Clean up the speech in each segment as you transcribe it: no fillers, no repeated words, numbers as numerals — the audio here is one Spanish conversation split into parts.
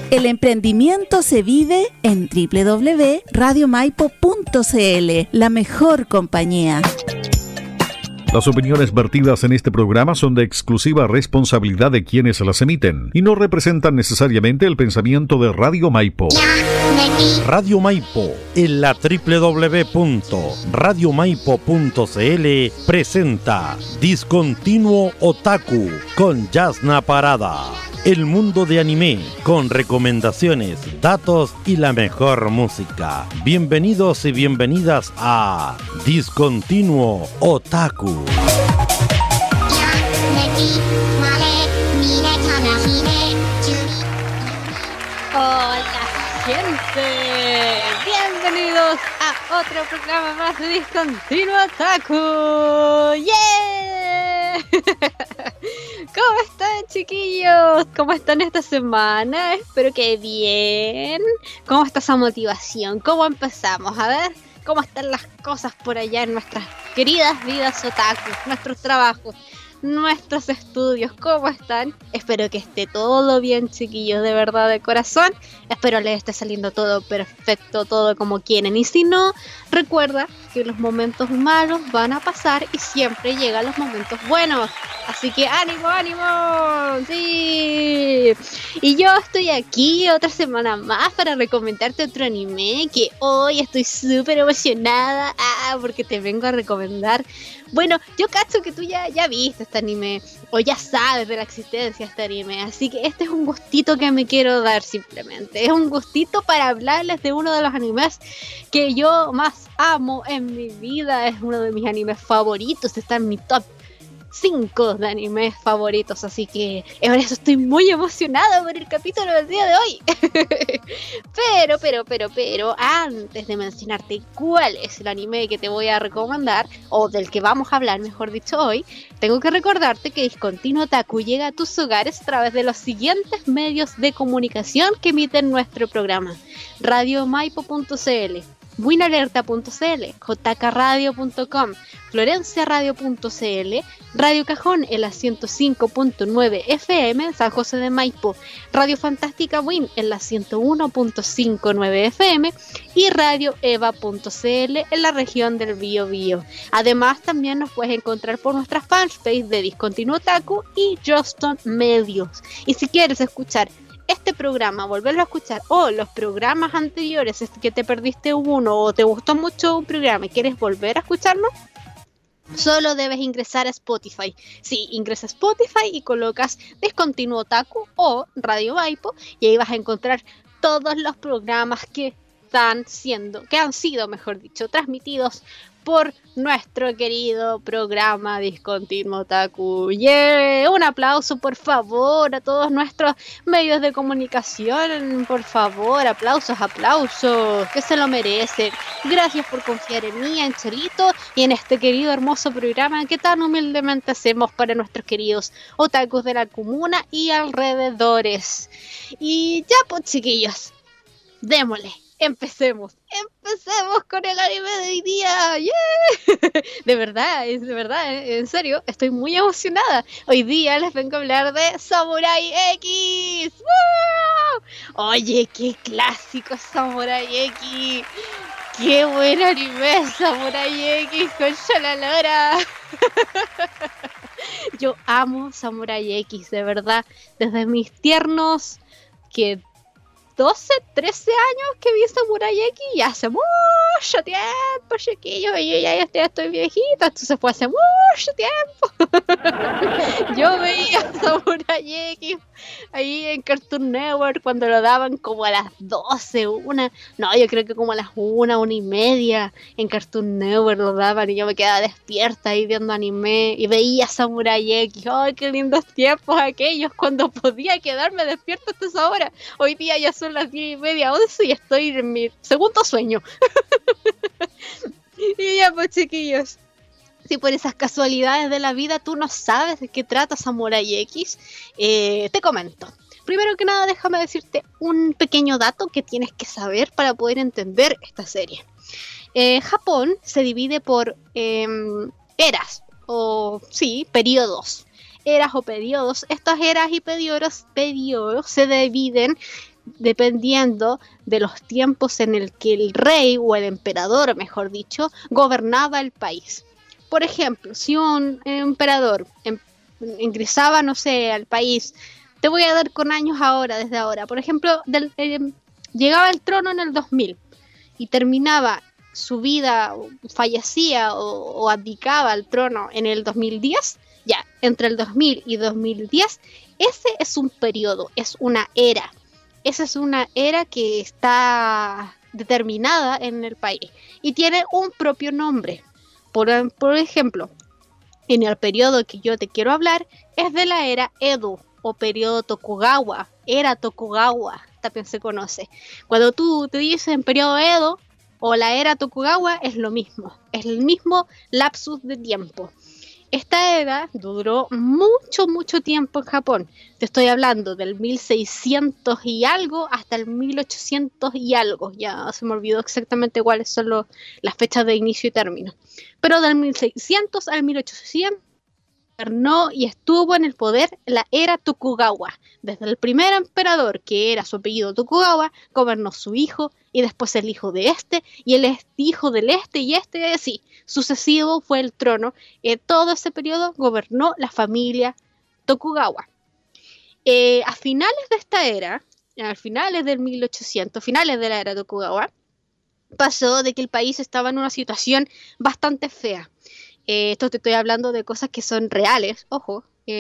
El emprendimiento se vive en www.radiomaipo.cl, la mejor compañía. Las opiniones vertidas en este programa son de exclusiva responsabilidad de quienes las emiten y no representan necesariamente el pensamiento de Radio Maipo. Radio Maipo, en la www.radiomaipo.cl presenta Discontinuo Otaku con Yasna Parada. El mundo de anime, con recomendaciones, datos y la mejor música. Bienvenidos y bienvenidas a Discontinuo Otaku. Hola gente, bienvenidos a otro programa más de Discontinuo Otaku. ¡Yeah! ¿Cómo están, chiquillos? ¿Cómo están esta semana? Espero que bien. ¿Cómo está esa motivación? ¿Cómo empezamos? A ver, ¿cómo están las cosas por allá en nuestras queridas vidas otaku? Nuestros trabajos, nuestros estudios, ¿cómo están? Espero que esté todo bien, chiquillos, de verdad, de corazón. Espero les esté saliendo todo perfecto, todo como quieren. Y si no, recuerda que los momentos malos van a pasar y siempre llegan los momentos buenos. Así que ánimo, ánimo, sí. Y yo estoy aquí otra semana más para recomendarte otro anime que hoy estoy súper emocionada porque te vengo a recomendar. Bueno, yo cacho que tú ya viste este anime o ya sabes de la existencia de este anime, así que este es un gustito que me quiero dar simplemente. Es un gustito para hablarles de uno de los animes que yo más amo en mi vida. Es uno de mis animes favoritos, está en mi top 5 de animes favoritos, así que por eso estoy muy emocionada por el capítulo del día de hoy. pero antes de mencionarte cuál es el anime que te voy a recomendar, o del que vamos a hablar, mejor dicho, hoy, tengo que recordarte que Discontinuo Otaku llega a tus hogares a través de los siguientes medios de comunicación que emiten nuestro programa: radiomaipo.cl, winalerta.cl, jkradio.com, florenciaradio.cl, Radio Cajón en la 105.9 FM San José de Maipo, Radio Fantástica Win en la 101.59 FM y Radio Eva.cl en la región del Biobío. Además, también nos puedes encontrar por nuestra fanpage de Discontinuo Otaku y Juston Medios. Y si quieres escuchar este programa, volverlo a escuchar, o los programas anteriores, que te perdiste uno o te gustó mucho un programa y quieres volver a escucharlo, solo debes ingresar a Spotify. Sí, ingresa a Spotify y colocas Discontinuo Otaku o Radio Maipo y ahí vas a encontrar todos los programas que han sido, mejor dicho, transmitidos por nuestro querido programa Discontinuo Otaku. ¡Yeah! Un aplauso, por favor, a todos nuestros medios de comunicación. Por favor, aplausos, que se lo merecen. Gracias por confiar en mí, en Chelito y en este querido hermoso programa que tan humildemente hacemos para nuestros queridos otakus de la comuna y alrededores. Y ya pues, chiquillos, démosle. Empecemos con el anime de hoy día. ¡Yeah! De verdad, en serio, estoy muy emocionada. Hoy día les vengo a hablar de Samurai X. ¡Wow! Oye, qué clásico Samurai X. Qué buen anime Samurai X, concha la lora. Yo amo Samurai X, de verdad. Desde mis tiernos 12, 13 años que vi Samurai X y hace mucho tiempo, chiquillos, y yo ya estoy viejita, entonces fue hace mucho tiempo. Yo veía Samurai X ahí en Cartoon Network cuando lo daban como a las 12, yo creo que como a las 1:30 en Cartoon Network lo daban y yo me quedaba despierta ahí viendo anime y veía Samurai X. ¡Ay, qué lindos tiempos aquellos cuando podía quedarme despierta hasta esa hora! Hoy día ya son las 10:30, 11 y estoy en mi segundo sueño. Y ya pues, chiquillos, si por esas casualidades de la vida tú no sabes de qué trata Samurai X, te comento. Primero que nada, déjame decirte un pequeño dato que tienes que saber para poder entender esta serie. Japón se divide por eras, o sí, periodos. Eras o periodos. Estas eras y periodos se dividen dependiendo de los tiempos en el que el rey o el emperador, mejor dicho, gobernaba el país. Por ejemplo, si un emperador ingresaba, no sé, al país, te voy a dar con años ahora, desde ahora, por ejemplo, llegaba al trono en el 2000 y terminaba su vida, fallecía o abdicaba al trono en el 2010, ya, entre el 2000 y 2010, ese es un periodo, es una era. Esa es una era que está determinada en el país y tiene un propio nombre. Por ejemplo, en el periodo que yo te quiero hablar es de la era Edo o periodo Tokugawa, era Tokugawa, también se conoce. Cuando tú te dices en periodo Edo o la era Tokugawa es lo mismo, es el mismo lapsus de tiempo. Esta era duró mucho tiempo en Japón. Te estoy hablando del 1600 y algo hasta el 1800 y algo. Ya se me olvidó exactamente cuáles son las fechas de inicio y término. Pero del 1600 al 1800 gobernó y estuvo en el poder la era Tokugawa. Desde el primer emperador, que era su apellido Tokugawa, gobernó su hijo y después el hijo de este y el hijo del este y este, así. Sucesivo fue el trono. Todo ese periodo gobernó la familia Tokugawa. A finales de esta era, a finales del 1800, finales de la era Tokugawa, pasó de que el país estaba en una situación bastante fea. Esto te estoy hablando de cosas que son reales, ojo.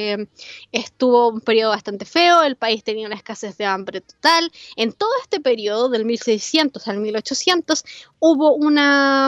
Estuvo un periodo bastante feo, el país tenía una escasez de hambre total. En todo este periodo, del 1600 al 1800, hubo una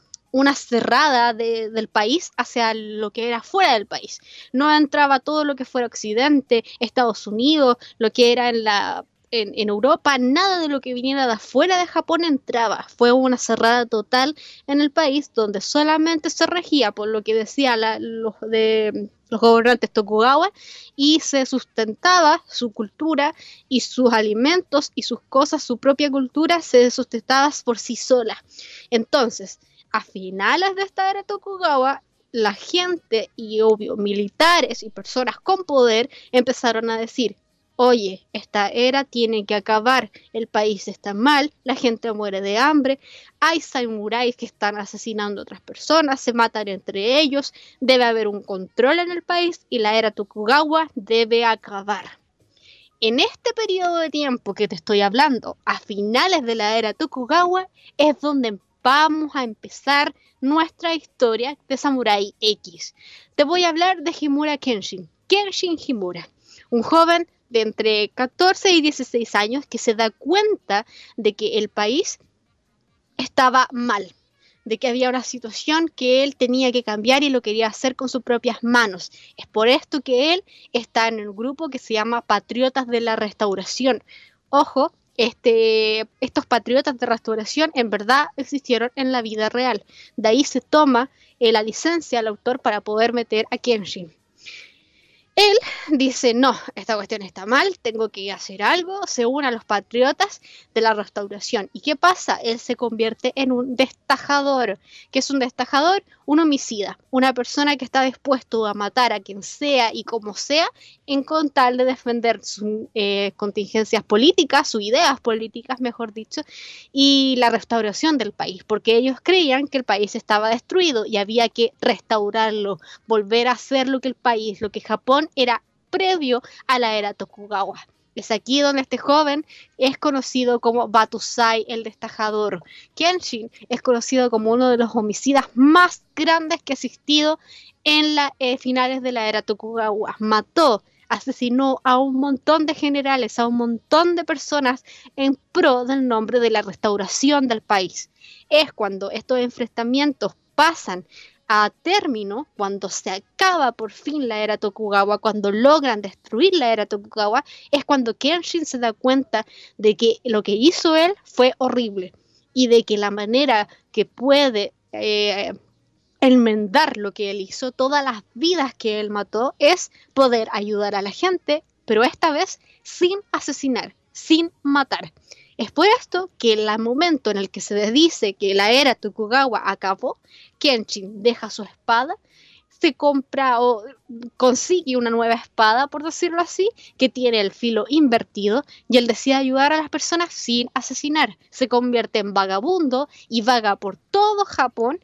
cerrada del país hacia lo que era fuera del país. No entraba todo lo que fuera Occidente, Estados Unidos, lo que era en Europa, nada de lo que viniera de afuera de Japón entraba. Fue una cerrada total en el país donde solamente se regía por lo que decían los gobernantes Tokugawa y se sustentaba su cultura y sus alimentos y sus cosas, su propia cultura se sustentaba por sí sola. Entonces, a finales de esta era Tokugawa, la gente y obvio militares y personas con poder empezaron a decir: oye, esta era tiene que acabar, el país está mal, la gente muere de hambre, hay samuráis que están asesinando a otras personas, se matan entre ellos, debe haber un control en el país y la era Tokugawa debe acabar. En este periodo de tiempo que te estoy hablando, a finales de la era Tokugawa, es donde vamos a empezar nuestra historia de Samurai X. Te voy a hablar de Himura Kenshin Himura, un joven de entre 14 y 16 años que se da cuenta de que el país estaba mal, de que había una situación que él tenía que cambiar y lo quería hacer con sus propias manos. Es por esto que él está en el grupo que se llama Patriotas de la Restauración. Ojo, estos patriotas de restauración en verdad existieron en la vida real. De ahí se toma la licencia al autor para poder meter a Kenshin. Él dice: no, esta cuestión está mal, tengo que hacer algo, se une a los patriotas de la restauración. ¿Y qué pasa? Él se convierte en un destajador. ¿Qué es un destajador? Un homicida, una persona que está dispuesto a matar a quien sea y como sea con tal de defender sus contingencias políticas, sus ideas políticas, mejor dicho, y la restauración del país, porque ellos creían que el país estaba destruido y había que restaurarlo, volver a hacer lo que Japón era previo a la era Tokugawa. Es aquí donde este joven es conocido como Batusai, el destajador. Kenshin es conocido como uno de los homicidas más grandes que ha existido en las finales de la era Tokugawa. Mató, asesinó a un montón de generales, a un montón de personas en pro del nombre de la restauración del país. Es cuando estos enfrentamientos pasan a término, cuando se acaba por fin la era Tokugawa, cuando logran destruir la era Tokugawa, es cuando Kenshin se da cuenta de que lo que hizo él fue horrible y de que la manera que puede enmendar lo que él hizo, todas las vidas que él mató, es poder ayudar a la gente, pero esta vez sin asesinar, sin matar. Es por esto que en el momento en el que se dice que la era Tokugawa acabó, Kenshin deja su espada, se compra o consigue una nueva espada, por decirlo así, que tiene el filo invertido, y él decide ayudar a las personas sin asesinar. Se convierte en vagabundo y vaga por todo Japón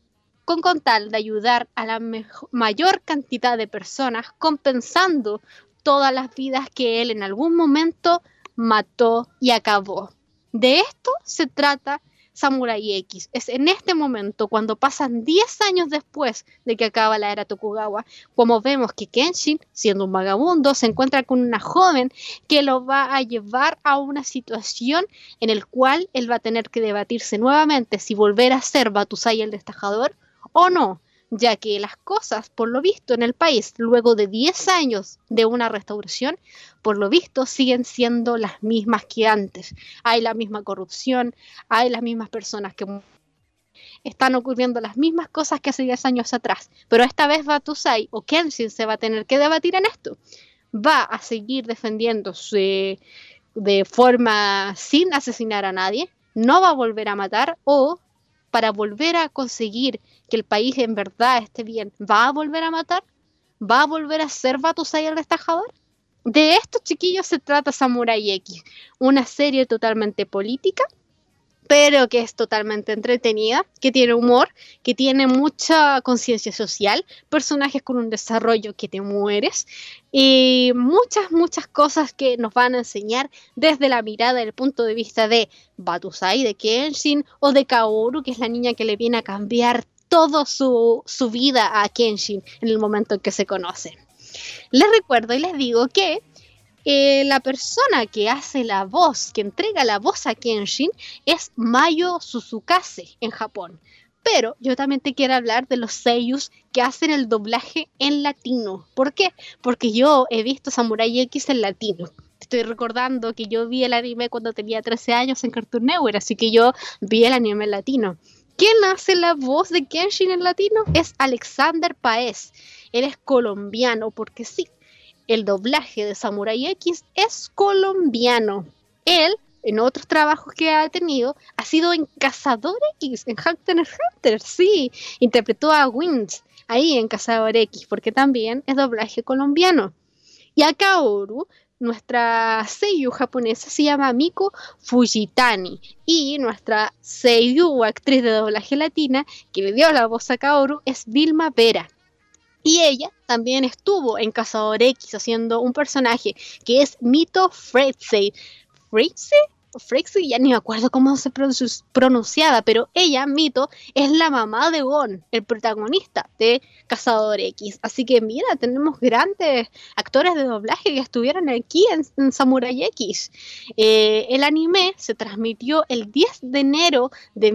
con tal de ayudar a la mayor cantidad de personas, compensando todas las vidas que él en algún momento mató y acabó. De esto se trata Samurai X. Es en este momento, cuando pasan 10 años después de que acaba la era Tokugawa, como vemos que Kenshin, siendo un vagabundo, se encuentra con una joven que lo va a llevar a una situación en la cual él va a tener que debatirse nuevamente si volver a ser Batusai el Destajador o no, ya que las cosas, por lo visto en el país, luego de 10 años de una restauración, por lo visto siguen siendo las mismas que antes. Hay la misma corrupción, hay las mismas personas que están ocurriendo las mismas cosas que hace 10 años atrás, pero esta vez Batusai o Kenshin se va a tener que debatir en esto. Va a seguir defendiéndose de forma sin asesinar a nadie, no va a volver a matar, o para volver a conseguir que el país en verdad esté bien, ¿va a volver a matar? ¿Va a volver a ser Batusai el Destajador? De estos chiquillos se trata Samurai X, una serie totalmente política, pero que es totalmente entretenida, que tiene humor, que tiene mucha conciencia social, personajes con un desarrollo que te mueres, y muchas cosas que nos van a enseñar desde la mirada del punto de vista de Batusai, de Kenshin, o de Kaoru, que es la niña que le viene a cambiar toda su vida a Kenshin en el momento en que se conocen. Les recuerdo y les digo que la persona que hace la voz, que entrega la voz a Kenshin, es Mayo Suzukase en Japón. Pero yo también te quiero hablar de los seiyus que hacen el doblaje en latino. ¿Por qué? Porque yo he visto Samurai X en latino. Estoy recordando que yo vi el anime cuando tenía 13 años en Cartoon Network, así que yo vi el anime en latino. ¿Quién hace la voz de Kenshin en latino? Es Alexander Paez. Él es colombiano, porque sí, el doblaje de Samurai X es colombiano. Él, en otros trabajos que ha tenido, ha sido en Cazador X, en Hunter x Hunter, sí. Interpretó a Wings ahí en Cazador X, porque también es doblaje colombiano. Y a Kaoru, nuestra seiyuu japonesa, se llama Miko Fujitani. Y nuestra seiyuu, actriz de doblaje latina, que le dio la voz a Kaoru, es Vilma Vera. Y ella también estuvo en Cazador X haciendo un personaje que es Mito Freixe. ¿Freixe? Ya ni me acuerdo cómo se pronunciaba, pero ella, Mito, es la mamá de Gon, el protagonista de Cazador X. Así que mira, tenemos grandes actores de doblaje que estuvieron aquí en Samurai X. El anime se transmitió el 10 de enero de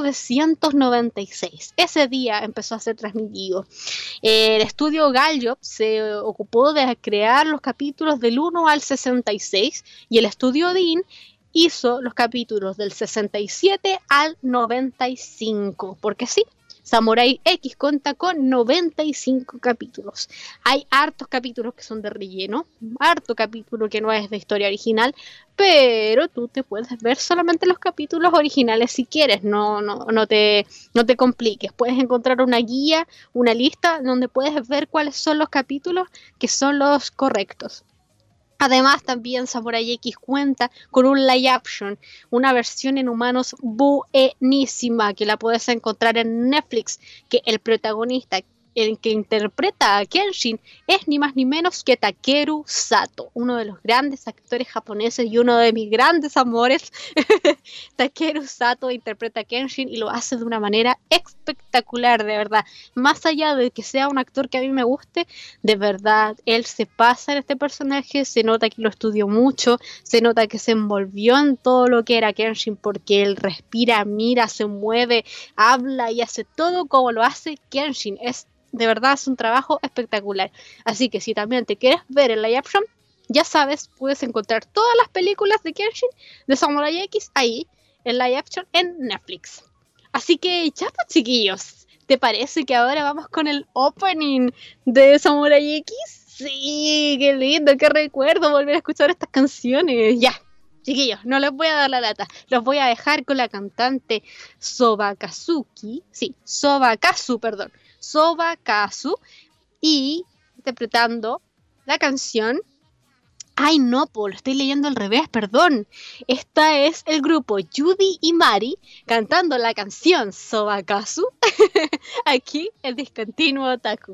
1996. Ese día empezó a ser transmitido. El estudio Gallop se ocupó de crear los capítulos del 1 al 66 y el estudio Dean hizo los capítulos del 67 al 95, porque sí, Samurai X cuenta con 95 capítulos. Hay hartos capítulos que son de relleno, harto capítulo que no es de historia original, pero tú te puedes ver solamente los capítulos originales si quieres, no te compliques. Puedes encontrar una guía, una lista donde puedes ver cuáles son los capítulos que son los correctos. Además, también Samurai X cuenta con un live action, una versión en humanos buenísima que la puedes encontrar en Netflix, que el protagonista, el que interpreta a Kenshin, es ni más ni menos que Takeru Sato, uno de los grandes actores japoneses y uno de mis grandes amores. Takeru Sato interpreta a Kenshin y lo hace de una manera espectacular, de verdad. Más allá de que sea un actor que a mí me guste, de verdad, él se pasa en este personaje, se nota que lo estudió mucho, se nota que se envolvió en todo lo que era Kenshin, porque él respira, mira, se mueve, habla y hace todo como lo hace Kenshin. De verdad es un trabajo espectacular. Así que si también te quieres ver el live action, ya sabes, puedes encontrar todas las películas de Kenshin de Samurai X ahí, en live action en Netflix. Así que ya pues, chiquillos, ¿te parece que ahora vamos con el opening de Samurai X? Sí, qué lindo, qué recuerdo volver a escuchar estas canciones. Ya, chiquillos, no les voy a dar la lata, los voy a Sobakazu, y interpretando la canción... Ay, no, lo estoy leyendo al revés, perdón. Esta es el grupo Judy y Mari cantando la canción Sobakazu aquí en Discontinuo Otaku.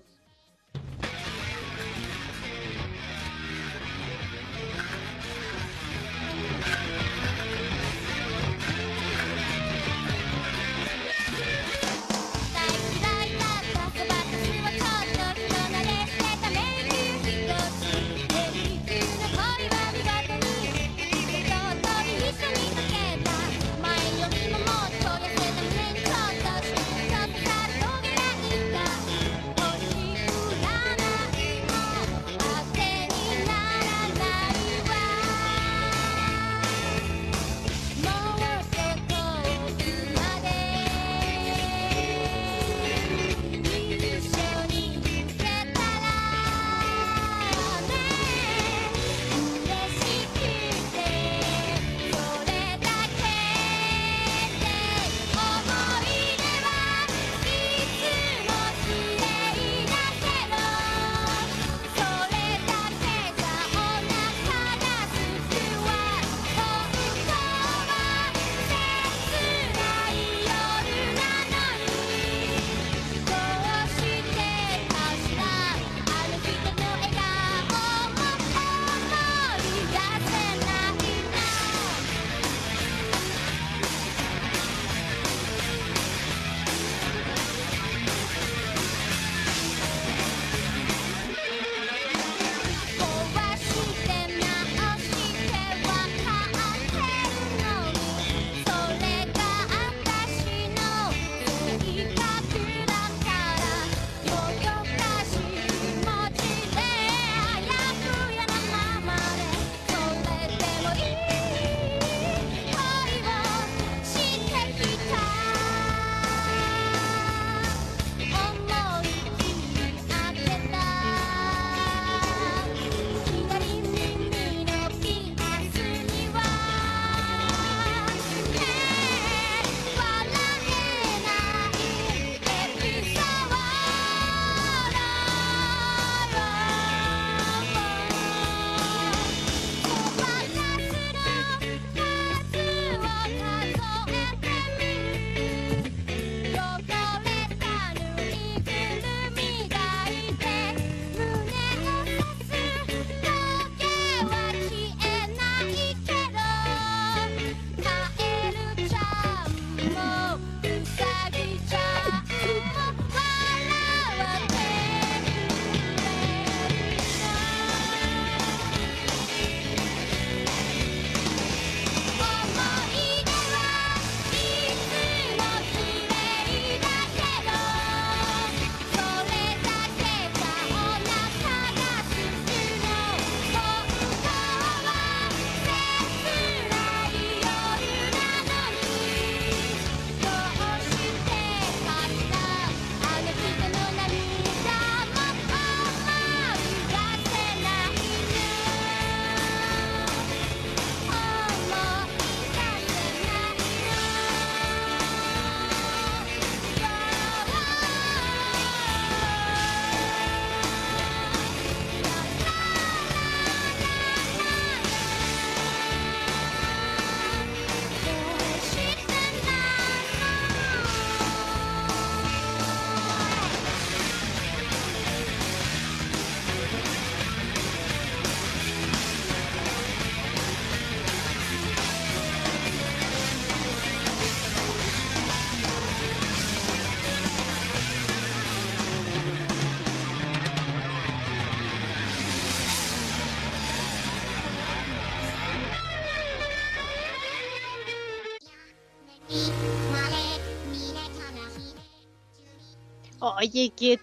Oye, qué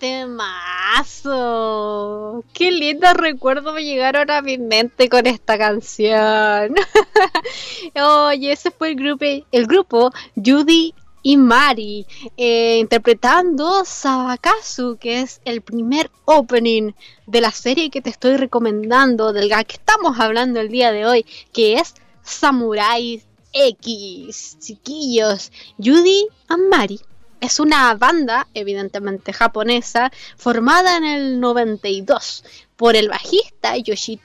temazo. Qué lindos recuerdos me llegaron a mi mente con esta canción. Oye, ese fue el grupo Judy y Mari, interpretando Sobakazu, que es el primer opening de la serie que te estoy recomendando, del que estamos hablando el día de hoy, que es Samurai X. Chiquillos, Judy y Mari es una banda, evidentemente japonesa, formada en el 92 por el bajista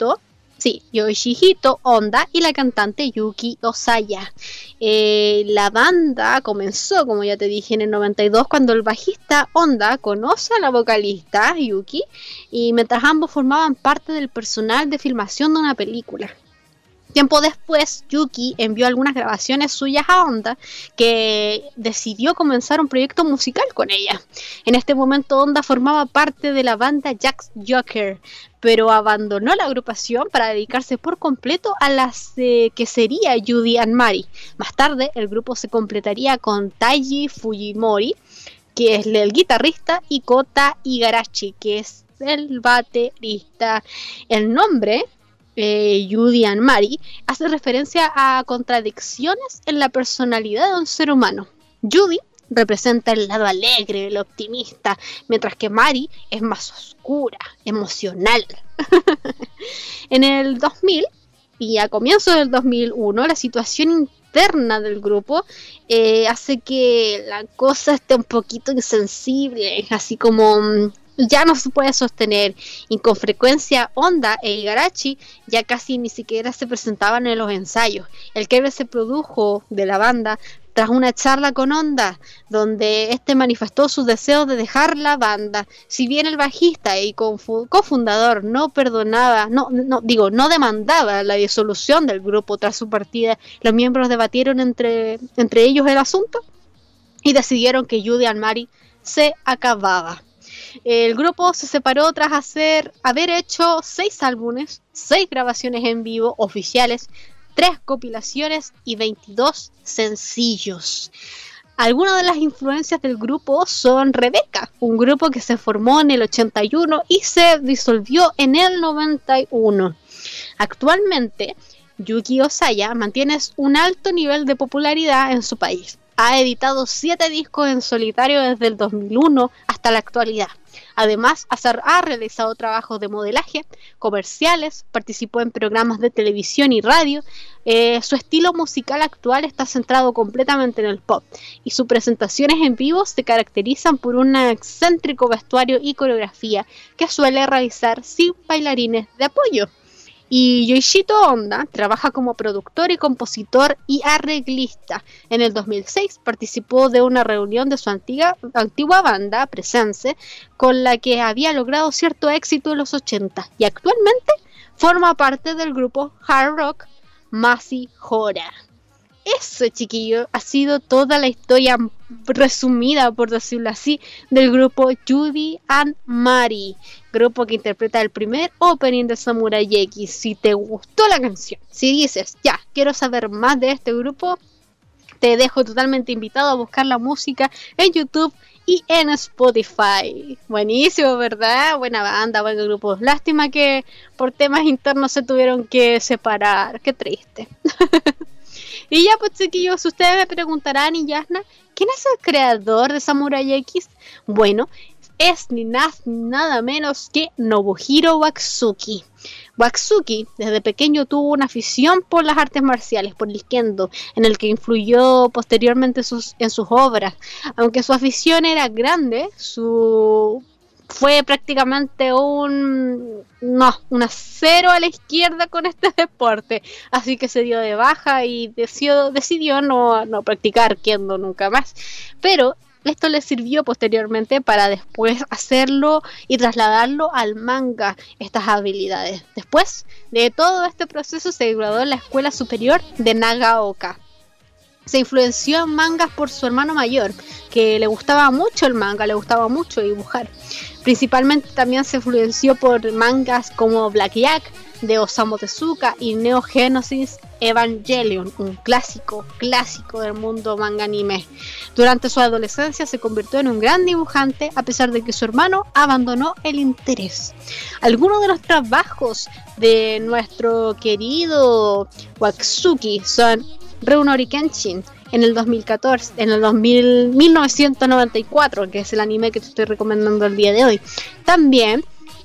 Yoshihito Honda y la cantante Yuki Osaya. La banda comenzó, como ya te dije, en el 92 cuando el bajista Honda conoce a la vocalista Yuki y mientras ambos formaban parte del personal de filmación de una película. Tiempo después, Yuki envió algunas grabaciones suyas a Honda, que decidió comenzar un proyecto musical con ella. En este momento, Honda formaba parte de la banda Jack's Joker, pero abandonó la agrupación para dedicarse por completo a las que sería Judy and Mary. Más tarde, el grupo se completaría con Taiji Fujimori, que es el guitarrista, y Kota Igarashi, que es el baterista. El nombre Judy and Mary hace referencia a contradicciones en la personalidad de un ser humano. Judy representa el lado alegre, el optimista, mientras que Mary es más oscura, emocional. En el 2000 y a comienzos del 2001, la situación interna del grupo hace que la cosa esté un poquito insensible, así como ya no se puede sostener, y con frecuencia Honda e Igarashi ya casi ni siquiera se presentaban en los ensayos. El quiebre se produjo de la banda tras una charla con Honda, donde este manifestó su deseo de dejar la banda. Si bien el bajista y cofundador no demandaba la disolución del grupo tras su partida, los miembros debatieron entre ellos el asunto y decidieron que Judy and Mary se acababa. El grupo se separó tras haber hecho 6 álbumes, 6 grabaciones en vivo oficiales, 3 compilaciones y 22 sencillos. Algunas de las influencias del grupo son Rebecca, un grupo que se formó en el 81 y se disolvió en el 91. Actualmente, Yuki Osaya mantiene un alto nivel de popularidad en su país. Ha editado 7 discos en solitario desde el 2001 hasta la actualidad. Además, ha realizado trabajos de modelaje, comerciales, participó en programas de televisión y radio. Su estilo musical actual está centrado completamente en el pop y sus presentaciones en vivo se caracterizan por un excéntrico vestuario y coreografía que suele realizar sin bailarines de apoyo. Y Yoshihito Honda trabaja como productor y compositor y arreglista. En el 2006 participó de una reunión de su antigua banda, Presence, con la que había logrado cierto éxito en los 80 y actualmente forma parte del grupo hard rock Masi Hora. Eso, chiquillo, ha sido toda la historia resumida, por decirlo así, del grupo Judy and Mary, grupo que interpreta el primer opening de Samurai X. Si te gustó la canción, si dices, ya, quiero saber más de este grupo, te dejo totalmente invitado a buscar la música en YouTube y en Spotify. Buenísimo, ¿verdad? Buena banda, buen grupo. Lástima que por temas internos se tuvieron que separar. Qué triste. Y ya, pues, chiquillos, ustedes me preguntarán, y Yasna, ¿quién es el creador de Samurai X? Bueno, es ni nada menos que Nobuhiro Watsuki. Watsuki desde pequeño tuvo una afición por las artes marciales, por el kendo, en el que influyó posteriormente en sus obras. Aunque su afición era grande, fue prácticamente una cero a la izquierda con este deporte, así que se dio de baja y decidió no practicar kendo nunca más, pero esto le sirvió posteriormente para después hacerlo y trasladarlo al manga, estas habilidades. Después de todo este proceso se graduó en la Escuela Superior de Nagaoka. Se influenció en mangas por su hermano mayor, que le gustaba mucho el manga, le gustaba mucho dibujar. Principalmente también se influenció por mangas como Black Jack de Osamu Tezuka y Neo Genesis Evangelion, un clásico del mundo manga anime. Durante su adolescencia se convirtió en un gran dibujante, a pesar de que su hermano abandonó el interés. Algunos de los trabajos de nuestro querido Watsuki son Runori Kenshin en el 2014, en el 1994, que es el anime que te estoy recomendando el día de hoy. También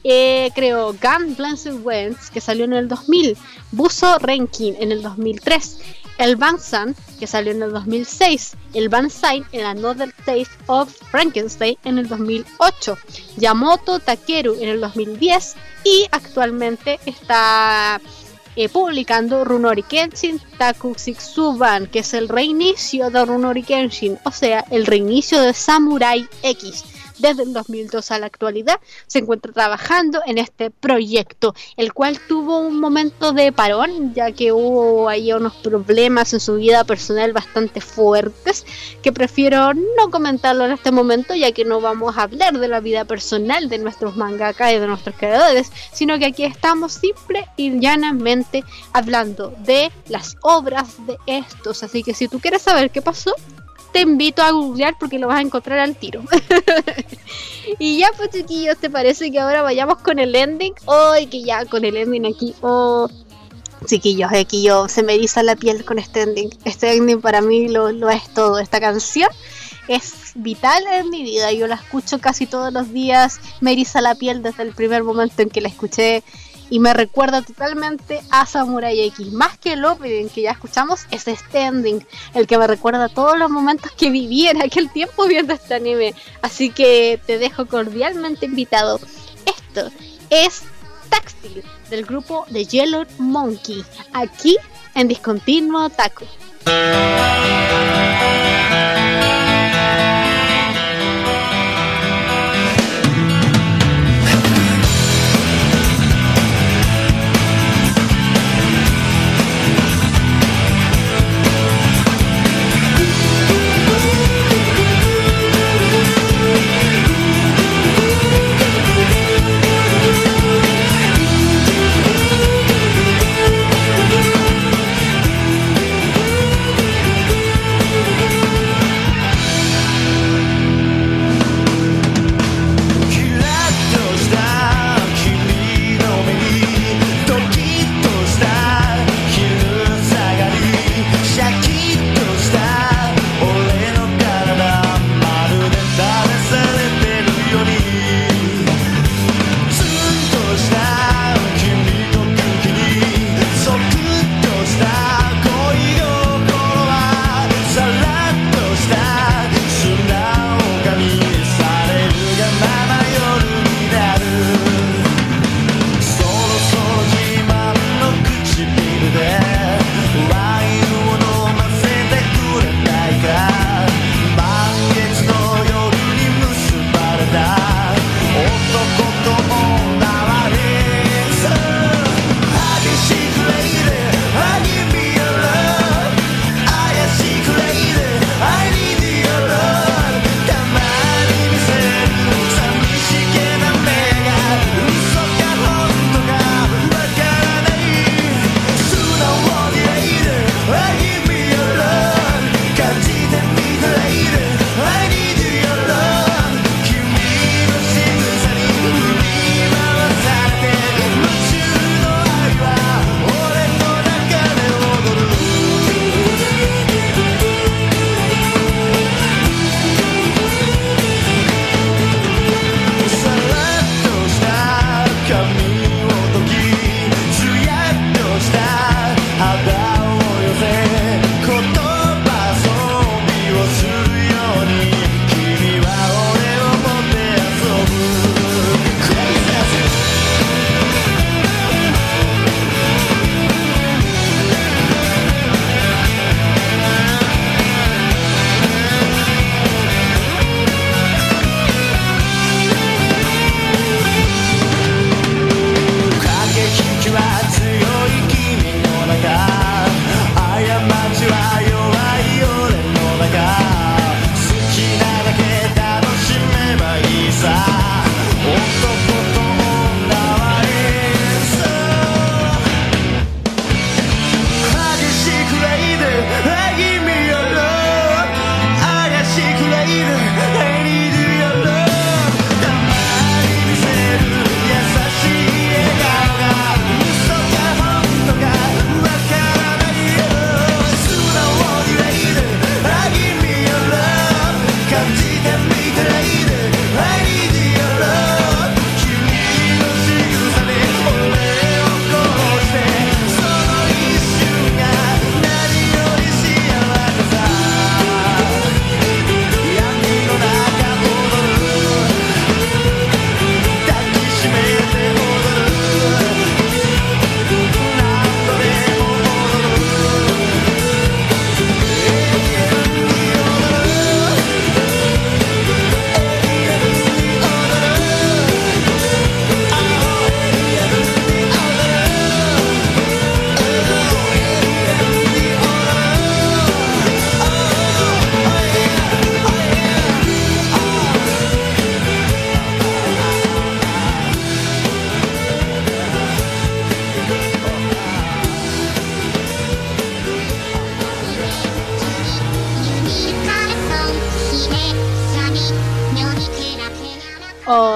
Creó Gun Blazing Winds, que salió en el 2000, Buzo Renkin en el 2003, el Banzan, que salió en el 2006, el Banzai en Another Tale of Frankenstein en el 2008, Yamoto Takeru en el 2010 y actualmente está publicando Rurouni Kenshin Takushitsuban, que es el reinicio de Rurouni Kenshin, o sea, el reinicio de Samurai X. Desde el 2002 a la actualidad se encuentra trabajando en este proyecto, el cual tuvo un momento de parón, ya que hubo ahí unos problemas en su vida personal bastante fuertes, que prefiero no comentarlo en este momento, ya que no vamos a hablar de la vida personal de nuestros mangaka y de nuestros creadores, sino que aquí estamos simple y llanamente hablando de las obras de estos. Así que si tú quieres saber qué pasó, te invito a googlear porque lo vas a encontrar al tiro. Y ya pues, chiquillos, ¿te parece que ahora vayamos con el ending? ¡Ay, que ya con el ending aquí! ¡Oh! Chiquillos, aquí yo se me eriza la piel con este ending. Este ending para mí lo es todo. Esta canción es vital en mi vida. Yo la escucho casi todos los días. Me eriza la piel desde el primer momento en que la escuché. Y me recuerda totalmente a Samurai X. Más que el opening que ya escuchamos, es este ending el que me recuerda todos los momentos que viví en aquel tiempo viendo este anime. Así que te dejo cordialmente invitado. Esto es Táctil, del grupo de Yellow Monkey, aquí en Discontinuo Otaku.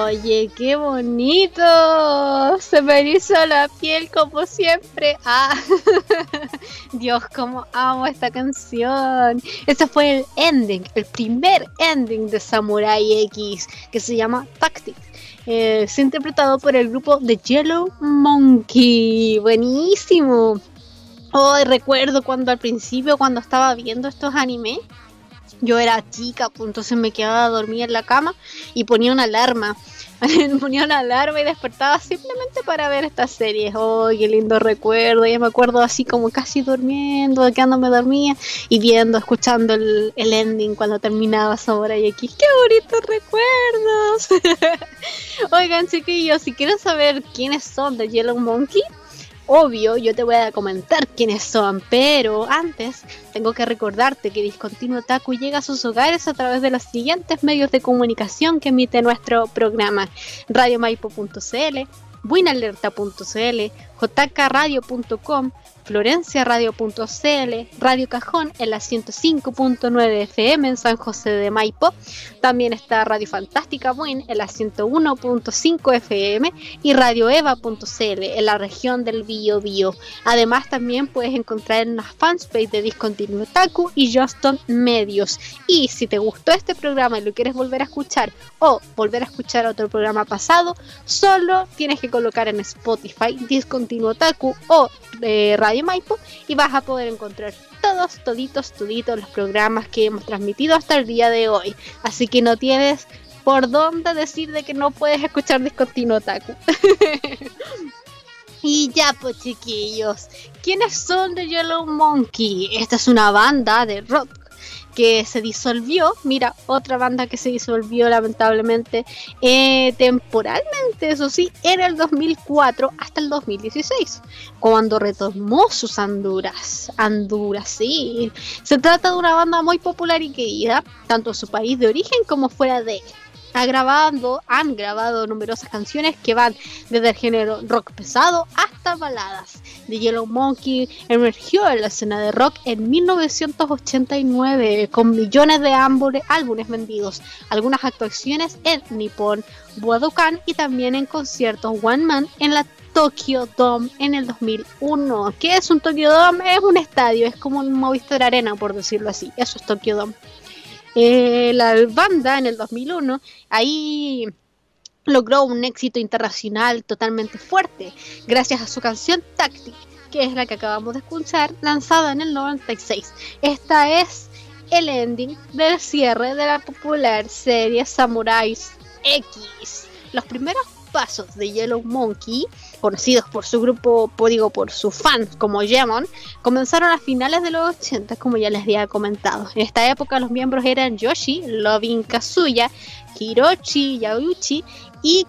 Oye, qué bonito. Se me erizó la piel como siempre. Dios, cómo amo esta canción. Ese fue el ending, el primer ending de Samurai X, que se llama Tactics. Es interpretado por el grupo The Yellow Monkey. Buenísimo. Hoy recuerdo cuando al principio, cuando estaba viendo estos animes, yo era chica, pues entonces me quedaba dormida en la cama y ponía una alarma. Ponía una alarma y despertaba simplemente para ver estas series. ¡Oh, qué lindo recuerdo! Ya me acuerdo así como casi durmiendo, quedándome dormida y viendo, escuchando el ending cuando terminaba Samurai X. ¡Qué bonitos recuerdos! Oigan, chiquillos, si quieren saber quiénes son The Yellow Monkey, obvio, yo te voy a comentar quiénes son, pero antes tengo que recordarte que Discontinuo Otaku llega a sus hogares a través de los siguientes medios de comunicación que emite nuestro programa: radiomaipo.cl, buinalerta.cl, jkradio.com, florenciaradio.cl, Radio Cajón en la 105.9 FM en San José de Maipo. También está Radio Fantástica Buin en la 101.5 FM y radioeva.cl en la región del Biobío. Además también puedes encontrar en las fanpage de Discontinuo Otaku y Juston Medios. Y si te gustó este programa y lo quieres volver a escuchar o volver a escuchar otro programa pasado, solo tienes que colocar en Spotify Discontinuo Otaku o Radio Maipo y vas a poder encontrar toditos los programas que hemos transmitido hasta el día de hoy. Así que no tienes por dónde decir de que no puedes escuchar Discontinuo Otaku. Y ya, pues chiquillos, ¿quiénes son The Yellow Monkey? Esta es una banda de rock que se disolvió. Mira, otra banda que se disolvió lamentablemente temporalmente, eso sí, en el 2004 hasta el 2016, cuando retomó sus anduras, sí. Se trata de una banda muy popular y querida, tanto en su país de origen como fuera de él. Han grabado numerosas canciones que van desde el género rock pesado hasta baladas. The Yellow Monkey emergió en la escena de rock en 1989 con millones de álbumes vendidos, algunas actuaciones en Nippon Budokan y también en conciertos One Man en la Tokyo Dome en el 2001. ¿Qué es un Tokyo Dome? Es un estadio, es como un Movistar Arena, por decirlo así. Eso es Tokyo Dome. La banda en el 2001 ahí logró un éxito internacional totalmente fuerte gracias a su canción Tactic, que es la que acabamos de escuchar, lanzada en el 96. Esta es el ending del cierre de la popular serie Samurai X. Los primeros pasos de Yellow Monkey, conocidos por su grupo, por sus fans como Yemon, comenzaron a finales de los 80, como ya les había comentado. En esta época los miembros eran Yoshi, Lovin Kazuya, Hiroshi Yauchi y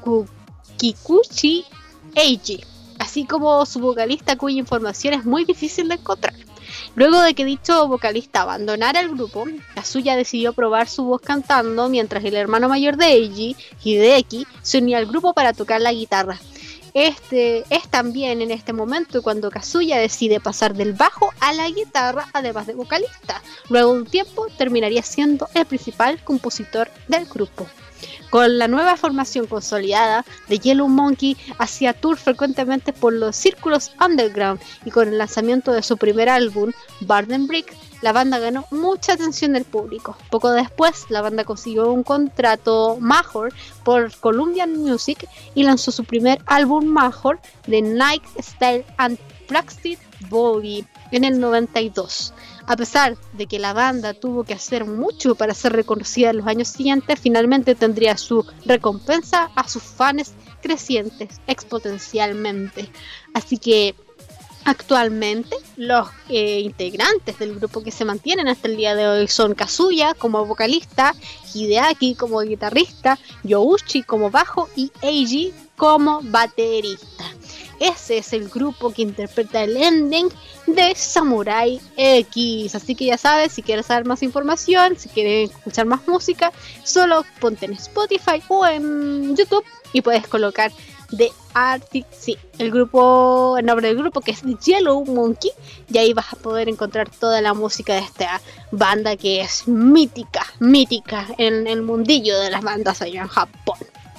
Kikuchi Eiji, así como su vocalista, cuya información es muy difícil de encontrar. Luego de que dicho vocalista abandonara el grupo, Kazuya decidió probar su voz cantando, mientras el hermano mayor de Eiji, Hideki, se unía al grupo para tocar la guitarra. Este es también en este momento cuando Kazuya decide pasar del bajo a la guitarra, además de vocalista. Luego de un tiempo terminaría siendo el principal compositor del grupo. Con la nueva formación consolidada, The Yellow Monkey hacía tour frecuentemente por los círculos underground, y con el lanzamiento de su primer álbum, Burden Brick, la banda ganó mucha atención del público. Poco después, la banda consiguió un contrato major por Columbia Music y lanzó su primer álbum major, The Night Style and Plastic Body, en el 92. A pesar de que la banda tuvo que hacer mucho para ser reconocida en los años siguientes, finalmente tendría su recompensa a sus fans crecientes exponencialmente. Así que actualmente los integrantes del grupo que se mantienen hasta el día de hoy son Kazuya como vocalista, Hideaki como guitarrista, Youchi como bajo y Eiji como baterista. Ese es el grupo que interpreta el ending de Samurai X. Así que ya sabes, si quieres saber más información, si quieres escuchar más música, solo ponte en Spotify o en YouTube y puedes colocar The Arctic Sea, el nombre del grupo, que es Yellow Monkey, y ahí vas a poder encontrar toda la música de esta banda que es mítica en el mundillo de las bandas allá en Japón.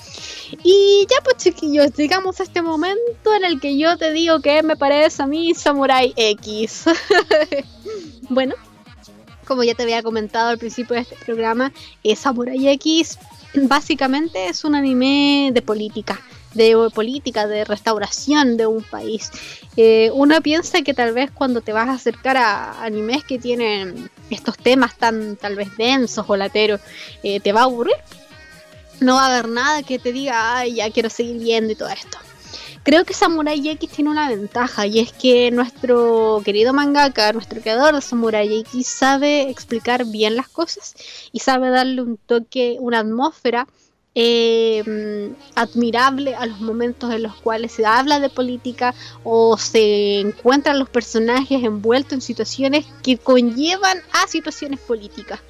Y ya pues chiquillos, llegamos a este momento en el que yo te digo que me parece a mí Samurai X. Bueno, como ya te había comentado al principio de este programa, Samurai X básicamente es un anime de política, de restauración de un país. Uno piensa que tal vez cuando te vas a acercar a animes que tienen estos temas tan tal vez densos o lateros, te va a aburrir. No va a haber nada que te diga, ay, ya quiero seguir viendo y todo esto. Creo que Samurai X tiene una ventaja, y es que nuestro querido mangaka, nuestro creador de Samurai X, sabe explicar bien las cosas y sabe darle un toque, una atmósfera admirable a los momentos en los cuales se habla de política o se encuentran los personajes envueltos en situaciones que conllevan a situaciones políticas.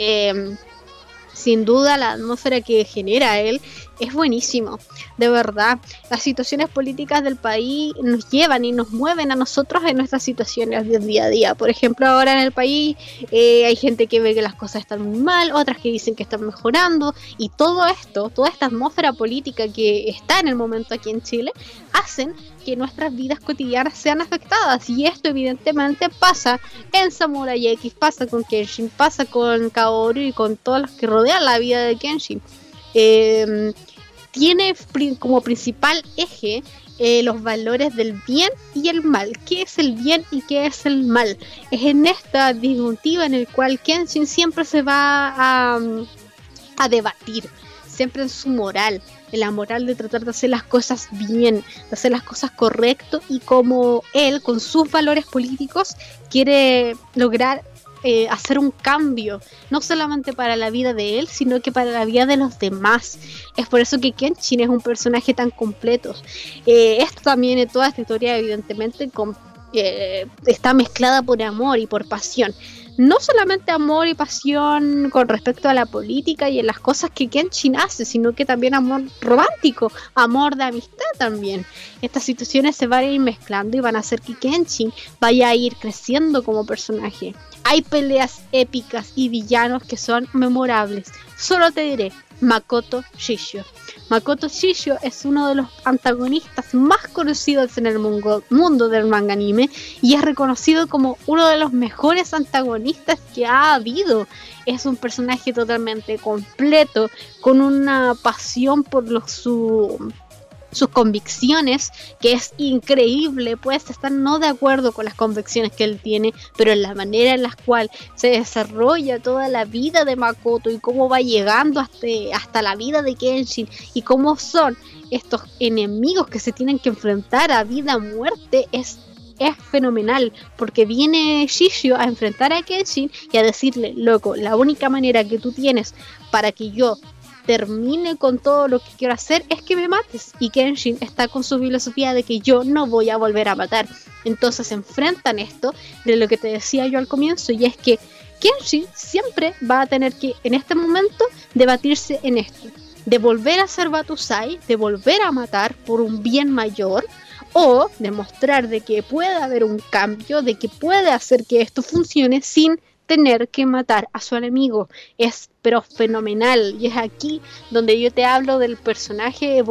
Sin duda la atmósfera que genera él es buenísimo, de verdad. Las situaciones políticas del país nos llevan y nos mueven a nosotros en nuestras situaciones del día a día. Por ejemplo, ahora en el país hay gente que ve que las cosas están muy mal, otras que dicen que están mejorando, y todo esto, toda esta atmósfera política que está en el momento aquí en Chile, hacen que nuestras vidas cotidianas sean afectadas, y esto evidentemente pasa en Samurai X, pasa con Kenshin, pasa con Kaoru y con todos los que rodean la vida de Kenshin. Tiene como principal eje los valores del bien y el mal. ¿Qué es el bien y qué es el mal? Es en esta disyuntiva en el cual Kenshin siempre se va a debatir, siempre en su moral, en la moral de tratar de hacer las cosas bien, de hacer las cosas correcto, y como él con sus valores políticos quiere lograr hacer un cambio, no solamente para la vida de él, sino que para la vida de los demás. Es por eso que Kenshin es un personaje tan completo. Esto también, en toda esta historia, evidentemente está mezclada por amor y por pasión. No solamente amor y pasión con respecto a la política y en las cosas que Kenshin hace, sino que también amor romántico, amor de amistad también. Estas situaciones se van a ir mezclando y van a hacer que Kenshin vaya a ir creciendo como personaje. Hay peleas épicas y villanos que son memorables. Solo te diré, Makoto Shishio. Makoto Shishio es uno de los antagonistas más conocidos en el mundo del manga anime, y es reconocido como uno de los mejores antagonistas que ha habido. Es un personaje totalmente completo, con una pasión por sus convicciones que es increíble. Puedes estar no de acuerdo con las convicciones que él tiene, pero en la manera en la cual se desarrolla toda la vida de Makoto y cómo va llegando hasta la vida de Kenshin, y cómo son estos enemigos que se tienen que enfrentar a vida o muerte, es fenomenal, porque viene Shishio a enfrentar a Kenshin y a decirle, loco, la única manera que tú tienes para que yo termine con todo lo que quiero hacer es que me mates. Y Kenshin está con su filosofía de que yo no voy a volver a matar. Entonces enfrentan esto de lo que te decía yo al comienzo, y es que Kenshin siempre va a tener que en este momento debatirse en esto, de volver a ser Batusai, de volver a matar por un bien mayor, o demostrar de que puede haber un cambio, de que puede hacer que esto funcione sin tener que matar a su enemigo. Es pero fenomenal, y es aquí donde yo te hablo del personaje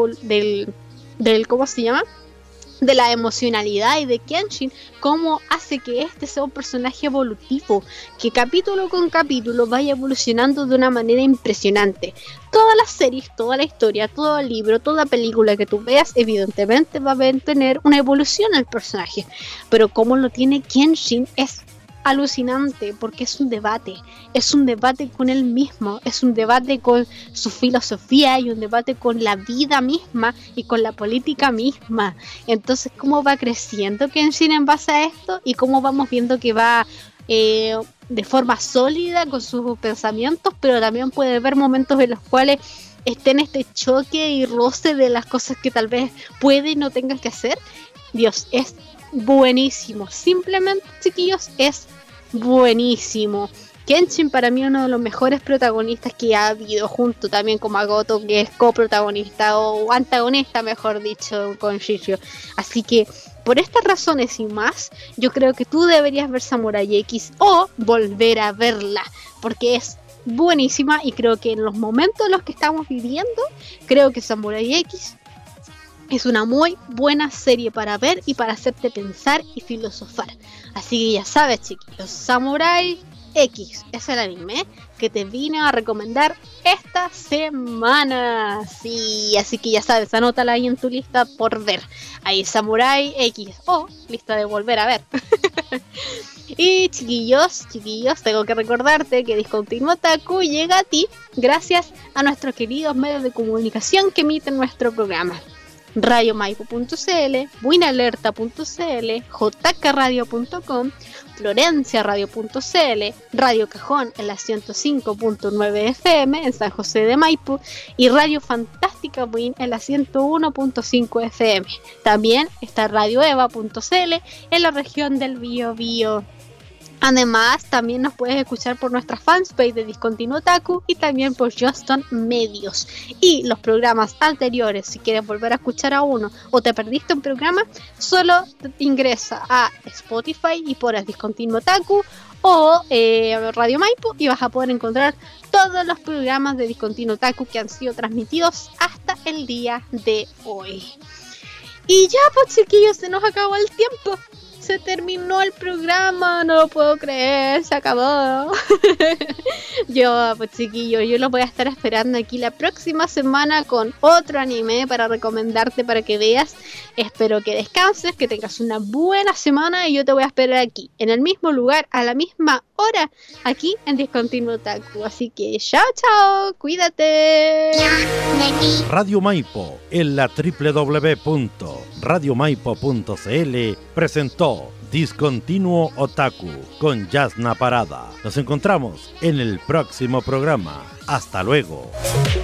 del ¿cómo se llama? De la emocionalidad y de Kenshin, cómo hace que este sea un personaje evolutivo, que capítulo con capítulo vaya evolucionando de una manera impresionante. Todas las series, toda la historia, todo el libro, toda película que tú veas, evidentemente va a tener una evolución al personaje, pero como lo tiene Kenshin es alucinante, porque es un debate con él mismo, es un debate con su filosofía y un debate con la vida misma y con la política misma. Entonces, cómo va creciendo Kenshin en base a esto, y cómo vamos viendo que va de forma sólida con sus pensamientos, pero también puede haber momentos en los cuales esté en este choque y roce de las cosas que tal vez puede y no tengas que hacer. Dios, es buenísimo, simplemente, chiquillos, es buenísimo. Kenshin para mí uno de los mejores protagonistas que ha habido, junto también con Makoto, que es coprotagonista o antagonista, mejor dicho, con Shishio. Así que por estas razones y más, yo creo que tú deberías ver Samurai X o volver a verla, porque es buenísima y creo que en los momentos en los que estamos viviendo, creo que Samurai X es una muy buena serie para ver y para hacerte pensar y filosofar. Así que ya sabes, chiquillos, Samurai X es el anime que te vine a recomendar esta semana. Sí, así que ya sabes, anótala ahí en tu lista por ver. Ahí Samurai X o lista de volver a ver. Y chiquillos, tengo que recordarte que Discontinuo Otaku llega a ti gracias a nuestros queridos medios de comunicación que emiten nuestro programa. radiomaipo.cl, buinalerta.cl, jkradio.com, florenciaradio.cl, Radio Cajón en la 105.9 FM en San José de Maipo y Radio Fantástica Buin en la 101.5 FM. También está radioeva.cl en la región del Biobío. Además, también nos puedes escuchar por nuestra fanpage de Discontinuo Otaku y también por Justin Medios. Y los programas anteriores, si quieres volver a escuchar a uno o te perdiste un programa, solo ingresa a Spotify y pones Discontinuo Otaku o Radio Maipo y vas a poder encontrar todos los programas de Discontinuo Otaku que han sido transmitidos hasta el día de hoy. Y ya, pues chiquillos, se nos acabó el tiempo. Se terminó el programa, no lo puedo creer, se acabó. Pues chiquillos, yo los voy a estar esperando aquí la próxima semana con otro anime para recomendarte para que veas. Espero que descanses, que tengas una buena semana y yo te voy a esperar aquí, en el mismo lugar, a la misma hora, aquí en Discontinuo Otaku. Así que chao, cuídate. Radio Maipo en la www.radiomaipo.cl presentó Discontinuo Otaku con Yasna Parada. Nos encontramos en el próximo programa. Hasta luego.